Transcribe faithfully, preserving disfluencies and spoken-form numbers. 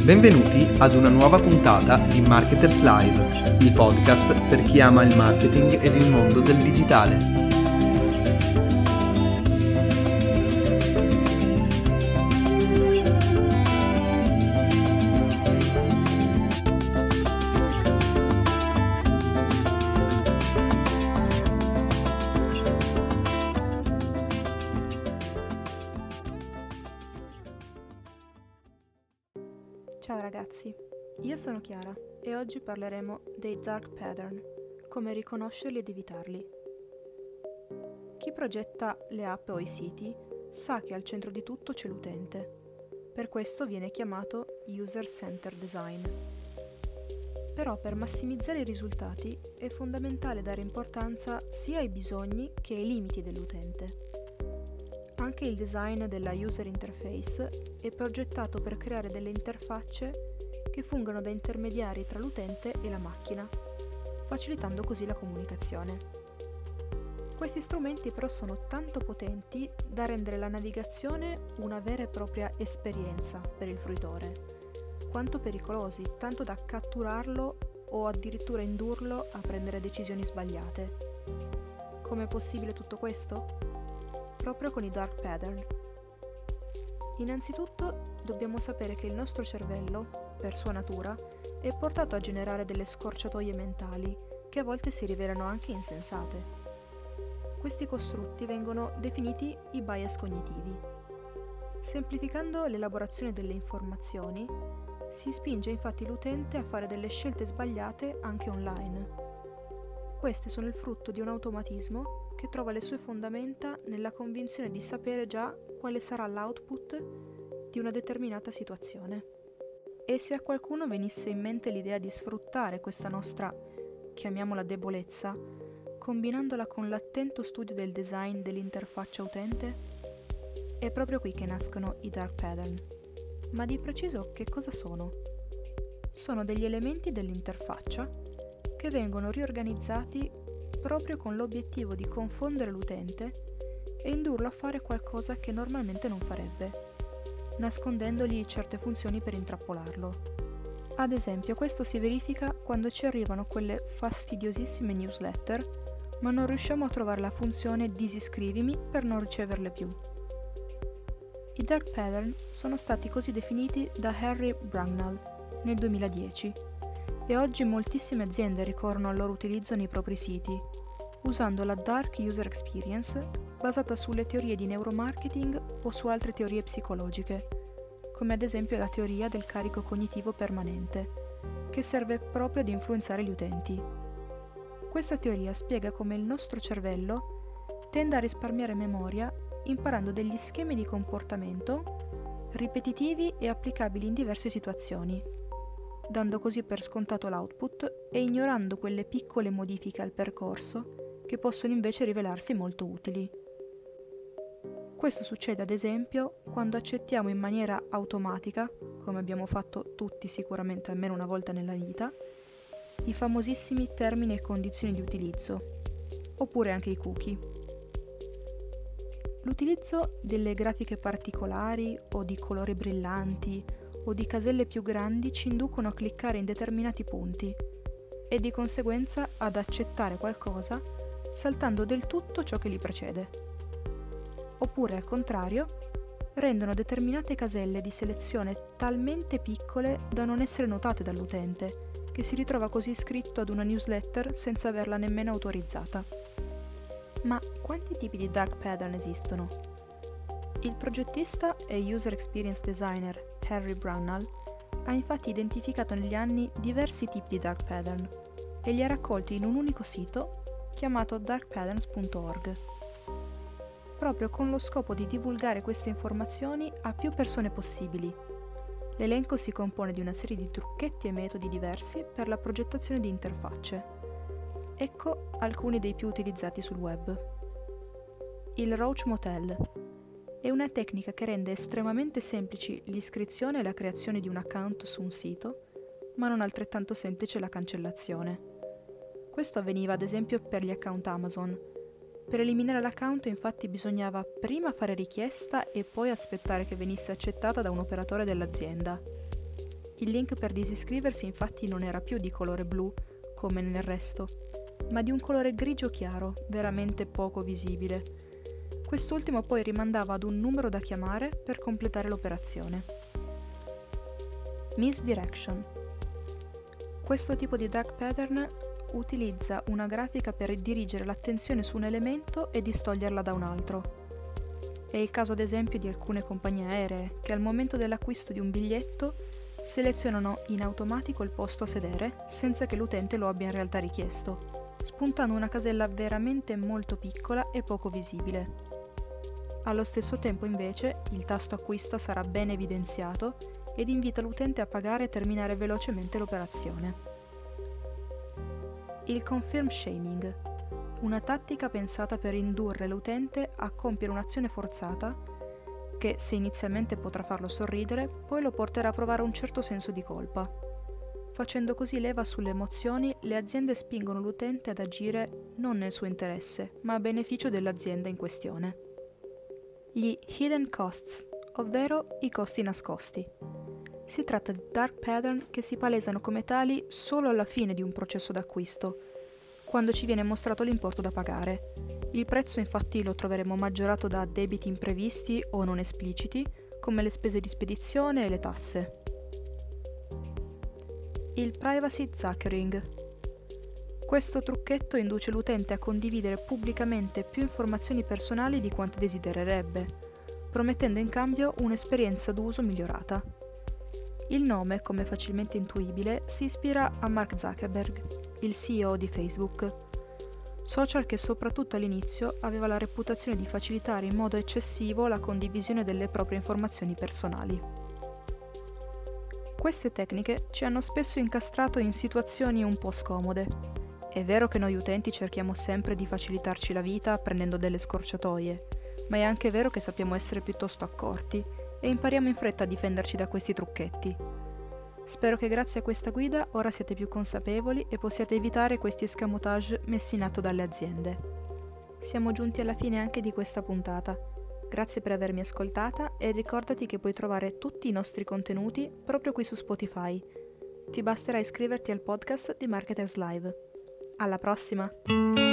Benvenuti ad una nuova puntata di Marketers Live, il podcast per chi ama il marketing ed il mondo del digitale. Ciao ragazzi, io sono Chiara e oggi parleremo dei dark pattern, come riconoscerli ed evitarli. Chi progetta le app o i siti sa che al centro di tutto c'è l'utente, per questo viene chiamato user-centered design. Però per massimizzare i risultati è fondamentale dare importanza sia ai bisogni che ai limiti dell'utente. Anche il design della user interface è progettato per creare delle interfacce che fungano da intermediari tra l'utente e la macchina, facilitando così la comunicazione. Questi strumenti però sono tanto potenti da rendere la navigazione una vera e propria esperienza per il fruitore, quanto pericolosi, tanto da catturarlo o addirittura indurlo a prendere decisioni sbagliate. Com'è possibile tutto questo? Proprio con i dark pattern. Innanzitutto dobbiamo sapere che il nostro cervello, per sua natura, è portato a generare delle scorciatoie mentali che a volte si rivelano anche insensate. Questi costrutti vengono definiti i bias cognitivi. Semplificando l'elaborazione delle informazioni, si spinge infatti l'utente a fare delle scelte sbagliate anche online. Queste sono il frutto di un automatismo che trova le sue fondamenta nella convinzione di sapere già quale sarà l'output di una determinata situazione. E se a qualcuno venisse in mente l'idea di sfruttare questa nostra, chiamiamola debolezza, combinandola con l'attento studio del design dell'interfaccia utente, è proprio qui che nascono i dark pattern. Ma di preciso che cosa sono? Sono degli elementi dell'interfaccia che vengono riorganizzati proprio con l'obiettivo di confondere l'utente e indurlo a fare qualcosa che normalmente non farebbe, nascondendogli certe funzioni per intrappolarlo. Ad esempio, questo si verifica quando ci arrivano quelle fastidiosissime newsletter, ma non riusciamo a trovare la funzione disiscrivimi per non riceverle più. I dark pattern sono stati così definiti da Harry Brownell nel duemiladieci. E oggi moltissime aziende ricorrono al loro utilizzo nei propri siti, usando la Dark User Experience basata sulle teorie di neuromarketing o su altre teorie psicologiche, come ad esempio la teoria del carico cognitivo permanente, che serve proprio ad influenzare gli utenti. Questa teoria spiega come il nostro cervello tenda a risparmiare memoria imparando degli schemi di comportamento ripetitivi e applicabili in diverse situazioni, dando così per scontato l'output e ignorando quelle piccole modifiche al percorso che possono invece rivelarsi molto utili. Questo succede ad esempio quando accettiamo in maniera automatica, come abbiamo fatto tutti sicuramente almeno una volta nella vita, i famosissimi termini e condizioni di utilizzo, oppure anche i cookie. L'utilizzo delle grafiche particolari o di colori brillanti o di caselle più grandi ci inducono a cliccare in determinati punti e di conseguenza ad accettare qualcosa saltando del tutto ciò che li precede. Oppure al contrario, rendono determinate caselle di selezione talmente piccole da non essere notate dall'utente, che si ritrova così iscritto ad una newsletter senza averla nemmeno autorizzata. Ma quanti tipi di dark pattern esistono? Il progettista e user experience designer Harry Brownell ha infatti identificato negli anni diversi tipi di dark pattern e li ha raccolti in un unico sito chiamato dark patterns punto org, proprio con lo scopo di divulgare queste informazioni a più persone possibili. L'elenco si compone di una serie di trucchetti e metodi diversi per la progettazione di interfacce. Ecco alcuni dei più utilizzati sul web. Il Roach Motel è una tecnica che rende estremamente semplici l'iscrizione e la creazione di un account su un sito, ma non altrettanto semplice la cancellazione. Questo avveniva ad esempio per gli account Amazon. Per eliminare l'account infatti bisognava prima fare richiesta e poi aspettare che venisse accettata da un operatore dell'azienda. Il link per disiscriversi infatti non era più di colore blu, come nel resto, ma di un colore grigio chiaro, veramente poco visibile. Quest'ultimo poi rimandava ad un numero da chiamare per completare l'operazione. Misdirection. Questo tipo di dark pattern utilizza una grafica per dirigere l'attenzione su un elemento e distoglierla da un altro. È il caso ad esempio di alcune compagnie aeree che al momento dell'acquisto di un biglietto selezionano in automatico il posto a sedere senza che l'utente lo abbia in realtà richiesto, spuntando una casella veramente molto piccola e poco visibile. Allo stesso tempo invece il tasto acquista sarà ben evidenziato ed invita l'utente a pagare e terminare velocemente l'operazione. Il confirm shaming, una tattica pensata per indurre l'utente a compiere un'azione forzata che, se inizialmente potrà farlo sorridere, poi lo porterà a provare un certo senso di colpa. Facendo così leva sulle emozioni, le aziende spingono l'utente ad agire non nel suo interesse, ma a beneficio dell'azienda in questione. Gli hidden costs, ovvero i costi nascosti. Si tratta di dark pattern che si palesano come tali solo alla fine di un processo d'acquisto, quando ci viene mostrato l'importo da pagare. Il prezzo infatti lo troveremo maggiorato da debiti imprevisti o non espliciti, come le spese di spedizione e le tasse. Il privacy zuckering. Questo trucchetto induce l'utente a condividere pubblicamente più informazioni personali di quante desidererebbe, promettendo in cambio un'esperienza d'uso migliorata. Il nome, come facilmente intuibile, si ispira a Mark Zuckerberg, il C E O di Facebook, social che soprattutto all'inizio aveva la reputazione di facilitare in modo eccessivo la condivisione delle proprie informazioni personali. Queste tecniche ci hanno spesso incastrato in situazioni un po' scomode. È vero che noi utenti cerchiamo sempre di facilitarci la vita prendendo delle scorciatoie, ma è anche vero che sappiamo essere piuttosto accorti e impariamo in fretta a difenderci da questi trucchetti. Spero che grazie a questa guida ora siate più consapevoli e possiate evitare questi escamotage messi in atto dalle aziende. Siamo giunti alla fine anche di questa puntata. Grazie per avermi ascoltata e ricordati che puoi trovare tutti i nostri contenuti proprio qui su Spotify. Ti basterà iscriverti al podcast di Marketers Live. Alla prossima!